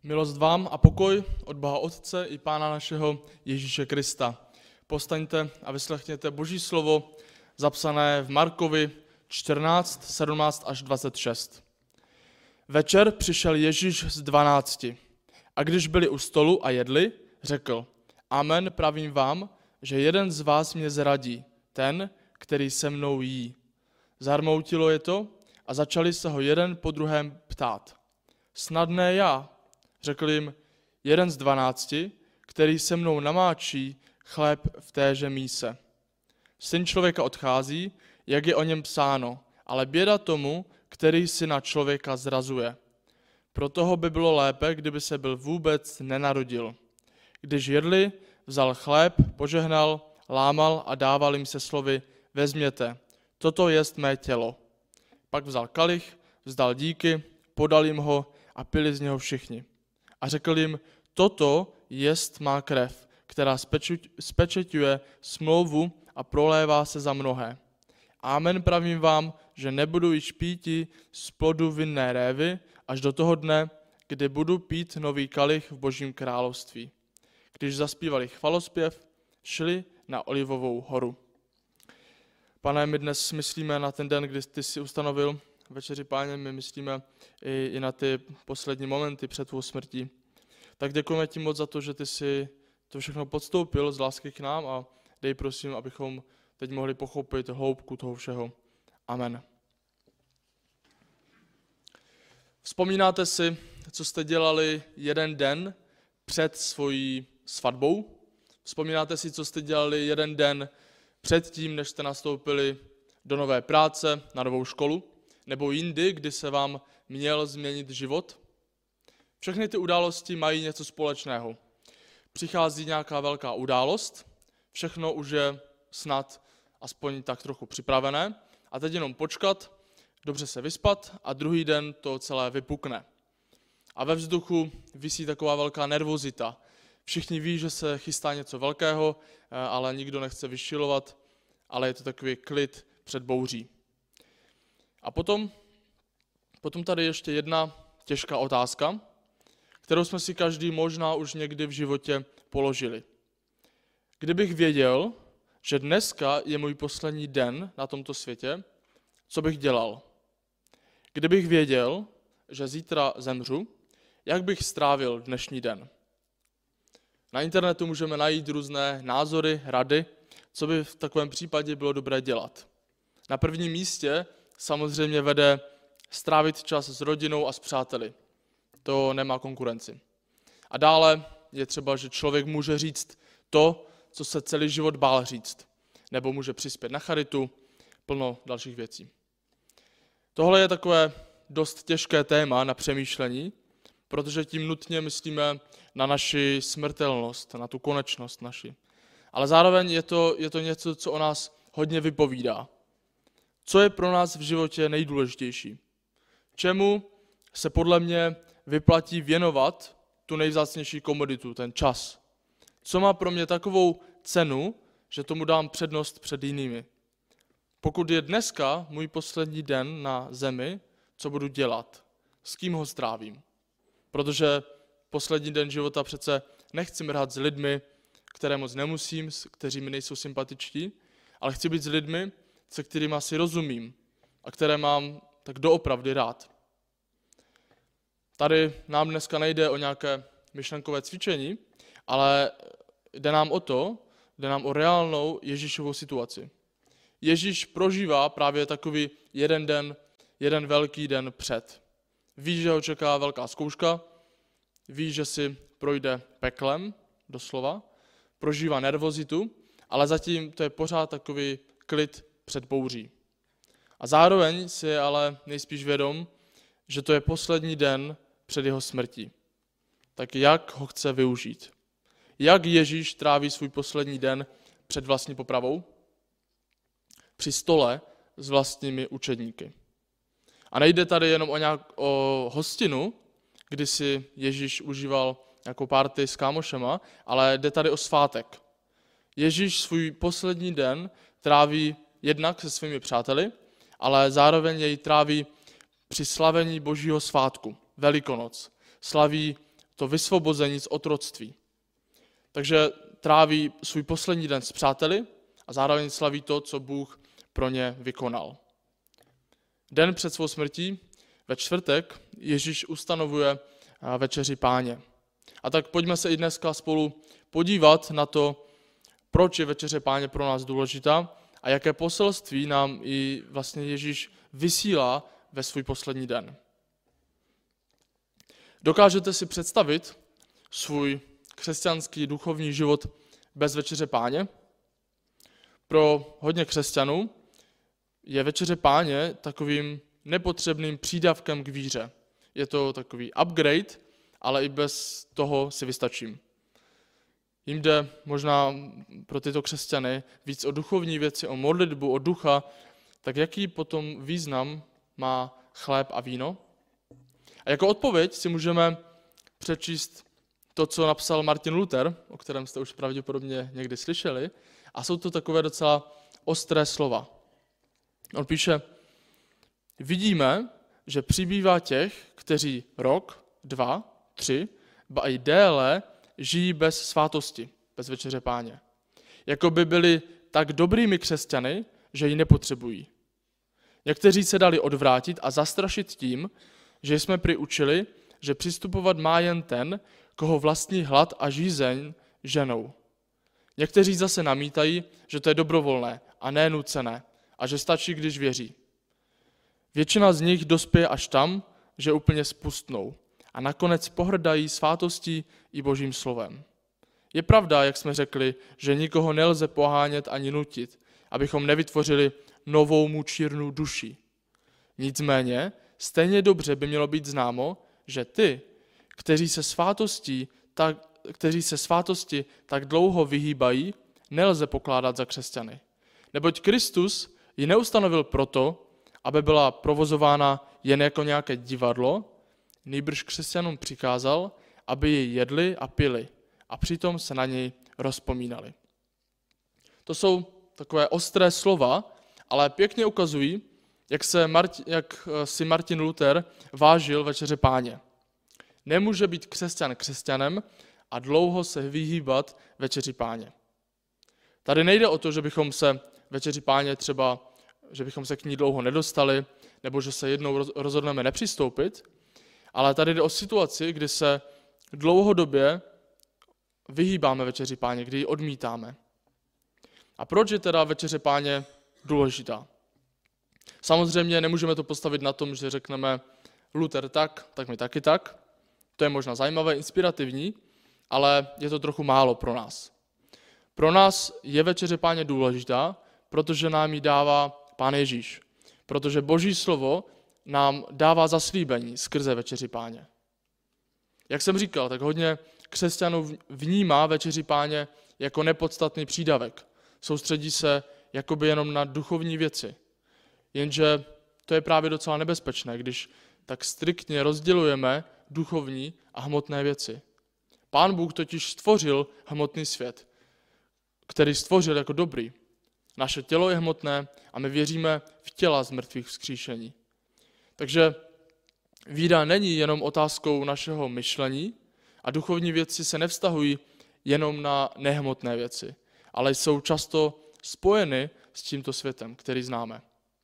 Milost vám a pokoj od Boha Otce i Pána našeho Ježíše Krista. Postaňte a vyslechněte Boží slovo zapsané v Markovi 14, 17 až 26. Večer přišel Ježíš s 12 a když byli u stolu a jedli, řekl: Amen, pravím vám, že jeden z vás mě zradí, ten, který se mnou jí. Zarmoutilo je to a začali se ho jeden po druhém ptát. Snadné já, řekl jim, jeden z 12, který se mnou namáčí chléb v téže míse. Syn člověka odchází, jak je o něm psáno, ale běda tomu, který syna člověka zrazuje. Pro toho by bylo lépe, kdyby se byl vůbec nenarodil. Když jedli, vzal chléb, požehnal, lámal a dával jim se slovy: vezměte, toto jest mé tělo. Pak vzal kalich, vzdal díky, podal jim ho a pili z něho všichni. A řekl jim: toto jest má krev, která spečeťuje smlouvu a prolévá se za mnohé. Amen, pravím vám, že nebudu již píti z plodu vinné révy až do toho dne, kdy budu pít nový kalich v Božím království. Když zaspívali chvalospěv, šli na Olivovou horu. Pane, my dnes myslíme na ten den, kdy ty jsi ustanovil večeři Páně, my myslíme i na ty poslední momenty před tvou smrtí. Tak děkujeme ti moc za to, že ty jsi to všechno podstoupil z lásky k nám a dej prosím, abychom teď mohli pochopit hloubku toho všeho. Amen. Vzpomínáte si, co jste dělali jeden den před svojí svatbou? Vzpomínáte si, co jste dělali jeden den před tím, než jste nastoupili do nové práce, na novou školu? Nebo jindy, kdy se vám měl změnit život? Všechny ty události mají něco společného. Přichází nějaká velká událost, všechno už je snad aspoň tak trochu připravené a teď jenom počkat, dobře se vyspat a druhý den to celé vypukne. A ve vzduchu visí taková velká nervozita. Všichni ví, že se chystá něco velkého, ale nikdo nechce vyšilovat, ale je to takový klid před bouří. A potom tady ještě jedna těžká otázka, kterou jsme si každý možná už někdy v životě položili. Kdybych věděl, že dneska je můj poslední den na tomto světě, co bych dělal? Kdybych věděl, že zítra zemřu, jak bych strávil dnešní den? Na internetu můžeme najít různé názory, rady, co by v takovém případě bylo dobré dělat. Na prvním místě samozřejmě vede strávit čas s rodinou a s přáteli. To nemá konkurenci. A dále je třeba, že člověk může říct to, co se celý život bál říct. Nebo může přispět na charitu, plno dalších věcí. Tohle je takové dost těžké téma na přemýšlení, protože tím nutně myslíme na naši smrtelnost, na tu konečnost naši. Ale zároveň je to něco, co o nás hodně vypovídá. Co je pro nás v životě nejdůležitější? Čemu se podle mě vyplatí věnovat tu nejvzácnější komoditu, ten čas? Co má pro mě takovou cenu, že tomu dám přednost před jinými? Pokud je dneska můj poslední den na zemi, co budu dělat? S kým ho strávím? Protože poslední den života přece nechci mrhat s lidmi, které moc nemusím, kteří mi nejsou sympatičtí, ale chci být s lidmi, se kterými si rozumím a které mám tak doopravdy rád. Tady nám dneska nejde o nějaké myšlenkové cvičení, ale jde nám o reálnou Ježíšovou situaci. Ježíš prožívá právě takový jeden velký den před. Ví, že ho čeká velká zkouška, ví, že si projde peklem, doslova, prožívá nervozitu, ale zatím to je pořád takový klid před bouří. A zároveň si je ale nejspíš vědom, že to je poslední den před jeho smrtí. Tak jak ho chce využít? Jak Ježíš tráví svůj poslední den před vlastní popravou? Při stole s vlastními učedníky. A nejde tady jenom o hostinu, kdy si Ježíš užíval nějakou party s kámošema, ale jde tady o svátek. Ježíš svůj poslední den tráví jednak se svými přáteli, ale zároveň jej tráví při slavení Božího svátku, Velikonoc. Slaví to vysvobození z otroctví. Takže tráví svůj poslední den s přáteli a zároveň slaví to, co Bůh pro ně vykonal. Den před svou smrtí, ve čtvrtek, Ježíš ustanovuje večeři Páně. A tak pojďme se i dneska spolu podívat na to, proč je večeře Páně pro nás důležitá a jaké poselství nám i vlastně Ježíš vysílá ve svůj poslední den. Dokážete si představit svůj křesťanský duchovní život bez večeře Páně? Pro hodně křesťanů je večeře Páně takovým nepotřebným přídavkem k víře. Je to takový upgrade, ale i bez toho si vystačím. Jim jde možná pro tyto křesťany víc o duchovní věci, o modlitbu, o ducha, tak jaký potom význam má chléb a víno? A jako odpověď si můžeme přečíst to, co napsal Martin Luther, o kterém jste už pravděpodobně někdy slyšeli, a jsou to takové docela ostré slova. On píše: vidíme, že přibývá těch, kteří rok, 2, 3, ba i déle žijí bez svátosti, bez večeře Páně. Jako by byli tak dobrými křesťany, že ji nepotřebují. Někteří se dali odvrátit a zastrašit tím, že jsme prý učili, že přistupovat má jen ten, koho vlastní hlad a žízeň ženou. Někteří zase namítají, že to je dobrovolné a ne nucené a že stačí, když věří. Většina z nich dospěje až tam, že úplně spustnou a nakonec pohrdají svátostí i Božím slovem. Je pravda, jak jsme řekli, že nikoho nelze pohánět ani nutit, abychom nevytvořili novou mučírnu duši. Nicméně, stejně dobře by mělo být známo, že ty, kteří se svátosti tak dlouho vyhýbají, nelze pokládat za křesťany. Neboť Kristus ji neustanovil proto, aby byla provozována jen jako nějaké divadlo, nýbrž křesťanům přikázal, aby ji jedli a pili a přitom se na něj rozpomínali. To jsou takové ostré slova, ale pěkně ukazují, jak si Martin Luther vážil večeře Páně. Nemůže být křesťan křesťanem a dlouho se vyhýbat večeři Páně. Tady nejde o to, že bychom se večeři Páně třeba, že bychom se k ní dlouho nedostali, nebo že se jednou rozhodneme nepřistoupit, ale tady jde o situaci, kdy se dlouhodobě vyhýbáme večeři Páně, kdy ji odmítáme. A proč je teda večeře Páně důležitá? Samozřejmě nemůžeme to postavit na tom, že řekneme Luther tak my taky tak. To je možná zajímavé, inspirativní, ale je to trochu málo pro nás. Pro nás je večeře Páně důležitá, protože nám ji dává Pán Ježíš. Protože Boží slovo nám dává zaslíbení skrze večeři Páně. Jak jsem říkal, tak hodně křesťanů vnímá večeři Páně jako nepodstatný přídavek. Soustředí se jakoby jenom na duchovní věci. Jenže to je právě docela nebezpečné, když tak striktně rozdělujeme duchovní a hmotné věci. Pán Bůh totiž stvořil hmotný svět, který stvořil jako dobrý. Naše tělo je hmotné a my věříme v těla z mrtvých vzkříšení. Takže víra není jenom otázkou našeho myšlení a duchovní věci se nevztahují jenom na nehmotné věci, ale jsou často spojeny s tímto světem, který známe.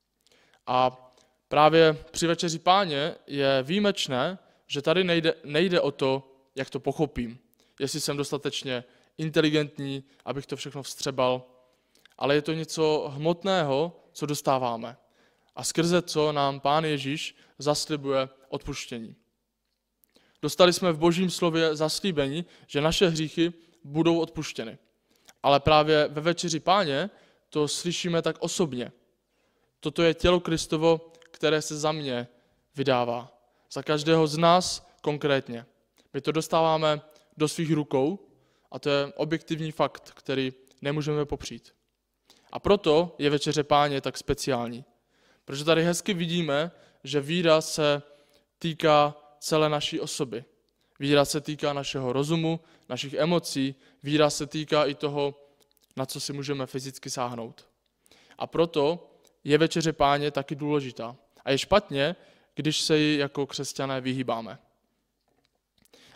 A právě při večeři Páně je výjimečné, že tady nejde o to, jak to pochopím, jestli jsem dostatečně inteligentní, abych to všechno vstřebal, ale je to něco hmotného, co dostáváme. A skrze co nám Pán Ježíš zaslibuje odpuštění. Dostali jsme v Božím slově zaslíbení, že naše hříchy budou odpuštěny. Ale právě ve večeři Páně to slyšíme tak osobně. Toto je tělo Kristovo, které se za mě vydává. Za každého z nás konkrétně. My to dostáváme do svých rukou a to je objektivní fakt, který nemůžeme popřít. A proto je večeře Páně tak speciální. Protože tady hezky vidíme, že víra se týká celé naší osoby. Víra se týká našeho rozumu, našich emocí, víra se týká i toho, na co si můžeme fyzicky sáhnout. A proto je večeře Páně taky důležitá. A je špatně, když se ji jako křesťané vyhýbáme.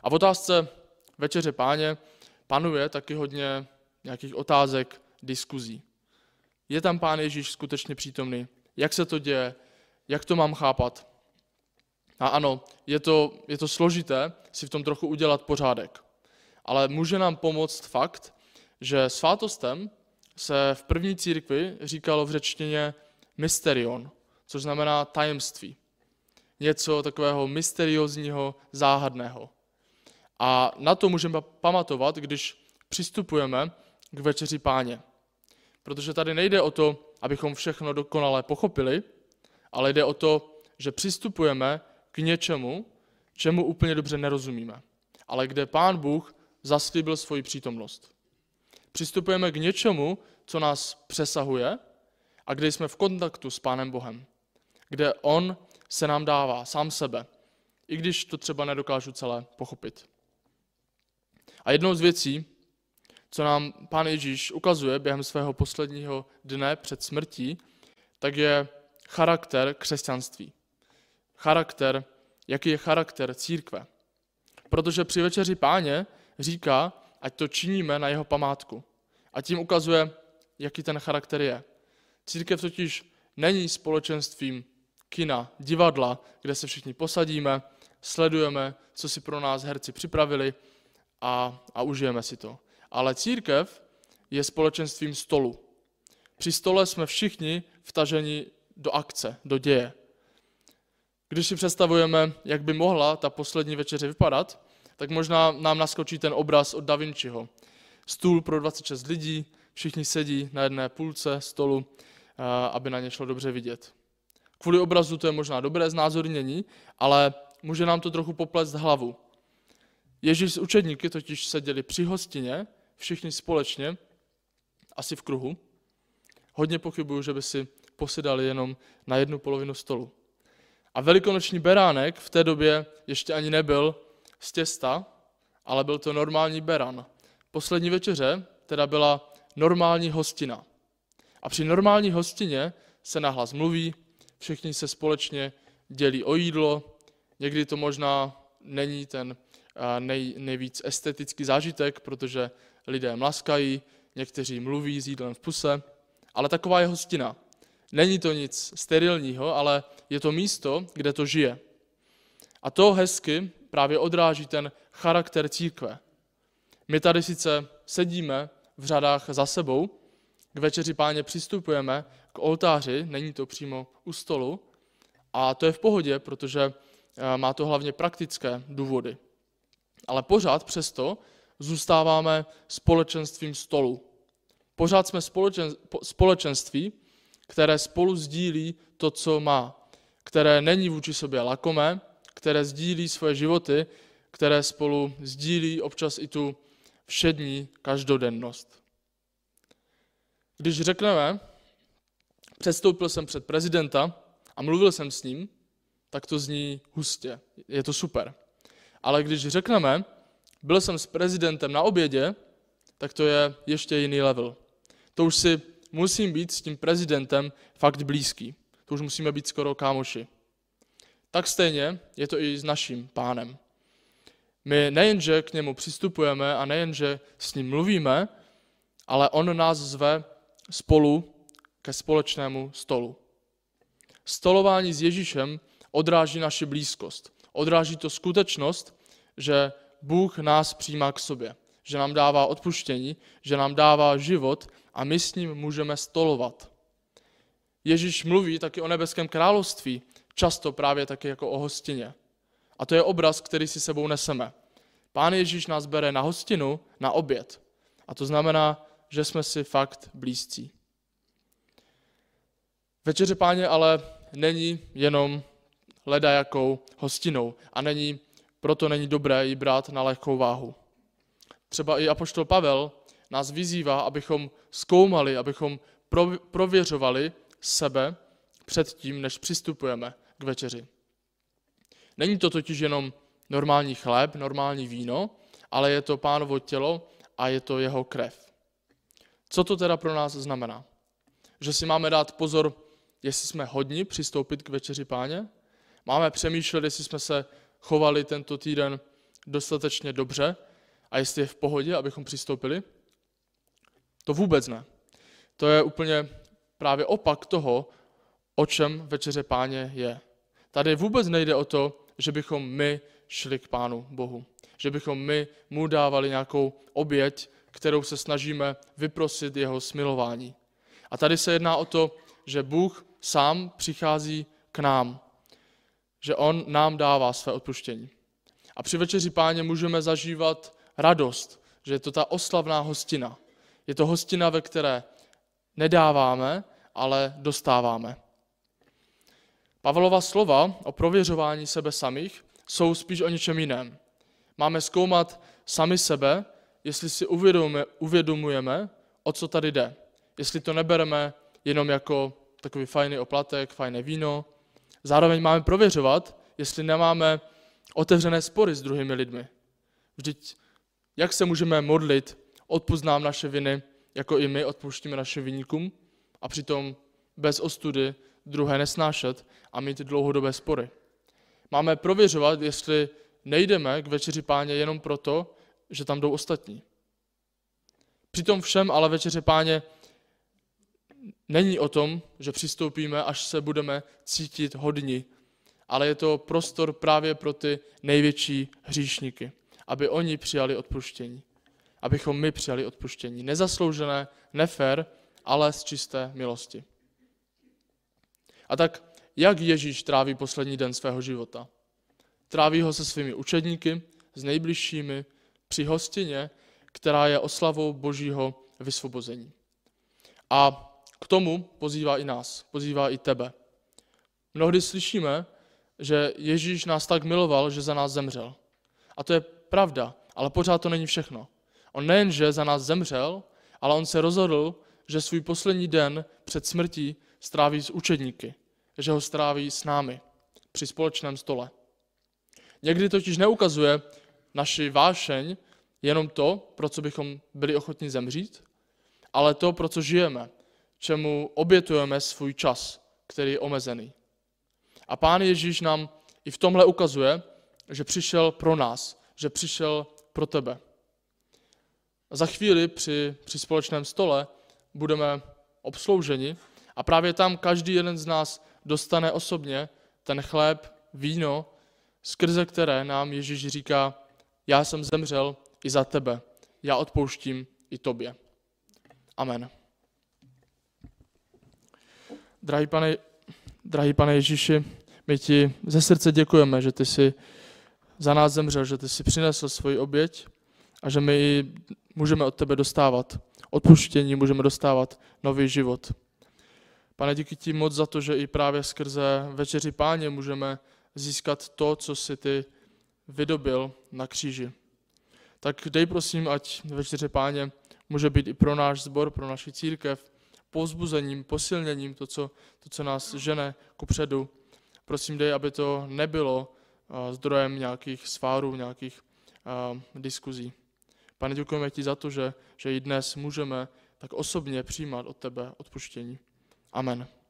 A v otázce Večeře Páně panuje taky hodně nějakých otázek, diskuzí. Je tam Pán Ježíš skutečně přítomný? Jak se to děje? Jak to mám chápat? A ano, je to složité si v tom trochu udělat pořádek. Ale může nám pomoct fakt, že svátostem se v první církvi říkalo v řečtině mysterion, což znamená tajemství. Něco takového mysteriózního, záhadného. A na to můžeme pamatovat, když přistupujeme k Večeři Páně. Protože tady nejde o to, abychom všechno dokonale pochopili, ale jde o to, že přistupujeme k něčemu, čemu úplně dobře nerozumíme, ale kde Pán Bůh zaslíbil svoji přítomnost. Přistupujeme k něčemu, co nás přesahuje a kde jsme v kontaktu s Pánem Bohem, kde On se nám dává sám sebe, i když to třeba nedokážu celé pochopit. A jednou z věcí, co nám Pán Ježíš ukazuje během svého posledního dne před smrtí, tak je charakter křesťanství. Jaký je charakter církve. Protože při Večeři Páně říká, ať to činíme na jeho památku. A tím ukazuje, jaký ten charakter je. Církev totiž není společenstvím kina, divadla, kde se všichni posadíme, sledujeme, co si pro nás herci připravili a užijeme si to. Ale církev je společenstvím stolu. Při stole jsme všichni vtaženi do akce, do děje. Když si představujeme, jak by mohla ta poslední večeře vypadat, tak možná nám naskočí ten obraz od Da Vinciho. Stůl pro 26 lidí, všichni sedí na jedné půlce stolu, aby na ně šlo dobře vidět. Kvůli obrazu to je možná dobré znázornění, ale může nám to trochu poplést hlavu. Ježíš s učedníky totiž seděli při hostině, všichni společně, asi v kruhu. Hodně pochybuju, že by si posedali jenom na jednu polovinu stolu. A velikonoční beránek v té době ještě ani nebyl z těsta, ale byl to normální beran. Poslední večeře teda byla normální hostina. A při normální hostině se nahlas mluví, všichni se společně dělí o jídlo, někdy to možná není ten nejvíc estetický zážitek, protože lidé mlaskají, někteří mluví s jídlem v puse, ale taková je hostina. Není to nic sterilního, ale je to místo, kde to žije. A to hezky právě odráží ten charakter církve. My tady sice sedíme v řadách za sebou, k Večeři Páně přistupujeme k oltáři, není to přímo u stolu, a to je v pohodě, protože má to hlavně praktické důvody. Ale pořád přesto zůstáváme společenstvím stolu. Pořád jsme společenství, které spolu sdílí to, co má, které není vůči sobě lakomé, které sdílí svoje životy, které spolu sdílí občas i tu všední každodennost. Když řekneme, předstoupil jsem před prezidenta a mluvil jsem s ním, tak to zní hustě, je to super. Ale když řekneme, byl jsem s prezidentem na obědě, tak to je ještě jiný level. To už si musím být s tím prezidentem fakt blízký. To už musíme být skoro kámoši. Tak stejně je to i s naším Pánem. My nejenže k němu přistupujeme a nejenže s ním mluvíme, ale on nás zve spolu ke společnému stolu. Stolování s Ježíšem odráží naši blízkost. Odráží to skutečnost, že Bůh nás přijímá k sobě, že nám dává odpuštění, že nám dává život a my s ním můžeme stolovat. Ježíš mluví taky o nebeském království, často právě taky jako o hostině. A to je obraz, který si sebou neseme. Pán Ježíš nás bere na hostinu, na oběd. A to znamená, že jsme si fakt blízcí. Večeře Páně ale není jenom ledajakou hostinou a proto není dobré ji brát na lehkou váhu. Třeba i apoštol Pavel nás vyzývá, abychom zkoumali, abychom prověřovali sebe před tím, než přistupujeme k večeři. Není to totiž jenom normální chléb, normální víno, ale je to Pánovo tělo a je to jeho krev. Co to teda pro nás znamená? Že si máme dát pozor, jestli jsme hodni přistoupit k Večeři Páně? Máme přemýšlet, jestli jsme se chovali tento týden dostatečně dobře a jestli je v pohodě, abychom přistoupili? To vůbec ne. To je úplně právě opak toho, o čem večeře Páně je. Tady vůbec nejde o to, že bychom my šli k Pánu Bohu. Že bychom my mu dávali nějakou oběť, kterou se snažíme vyprosit jeho smilování. A tady se jedná o to, že Bůh sám přichází k nám. Že on nám dává své odpuštění. A při večeři Páně můžeme zažívat radost, že je to ta oslavná hostina. Je to hostina, ve které nedáváme, ale dostáváme. Pavlova slova o prověřování sebe samých jsou spíš o něčem jiném. Máme zkoumat sami sebe, jestli si uvědomujeme, o co tady jde. Jestli to nebereme jenom jako takový fajný oplatek, fajné víno. Zároveň máme prověřovat, jestli nemáme otevřené spory s druhými lidmi. Vždyť jak se můžeme modlit, odpusť nám naše viny, jako i my odpuštíme našim viníkům, a přitom bez ostudy druhé nesnášet a mít dlouhodobé spory. Máme prověřovat, jestli nejdeme k večeři Páně jenom proto, že tam jdou ostatní. Přitom všem ale večeře Páně není o tom, že přistoupíme, až se budeme cítit hodní, ale je to prostor právě pro ty největší hříšníky, aby oni přijali odpuštění. Abychom my přijali odpuštění. Nezasloužené, nefér, ale z čisté milosti. A tak, jak Ježíš tráví poslední den svého života? Tráví ho se svými učedníky, s nejbližšími, při hostině, která je oslavou Božího vysvobození. A k tomu pozývá i nás, pozývá i tebe. Mnohdy slyšíme, že Ježíš nás tak miloval, že za nás zemřel. A to je pravda, ale pořád to není všechno. On nejenže za nás zemřel, ale on se rozhodl, že svůj poslední den před smrtí stráví s učedníky, že ho stráví s námi při společném stole. Někdy totiž neukazuje naši vášeň jenom to, pro co bychom byli ochotní zemřít, ale to, pro co žijeme, čemu obětujeme svůj čas, který je omezený. A Pán Ježíš nám i v tomhle ukazuje, že přišel pro nás, že přišel pro tebe. Za chvíli při společném stole budeme obslouženi a právě tam každý jeden z nás dostane osobně ten chléb, víno, skrze které nám Ježíš říká, já jsem zemřel i za tebe, já odpouštím i tobě. Amen. Drahý pane Ježíši, my ti ze srdce děkujeme, že ty jsi za nás zemřel, že ty jsi přinesl svoji oběť a že my můžeme od tebe dostávat odpuštění, můžeme dostávat nový život. Pane, díky ti moc za to, že i právě skrze večeři Páně můžeme získat to, co jsi ty vydobil na kříži. Tak dej prosím, ať večeře Páně může být i pro náš sbor, pro naši církev, povzbuzením, posilněním, to, co nás žene kupředu. Prosím, dej, aby to nebylo zdrojem nějakých svárů, nějakých diskuzí. Pane, děkujeme ti za to, že i dnes můžeme tak osobně přijímat od tebe odpuštění. Amen.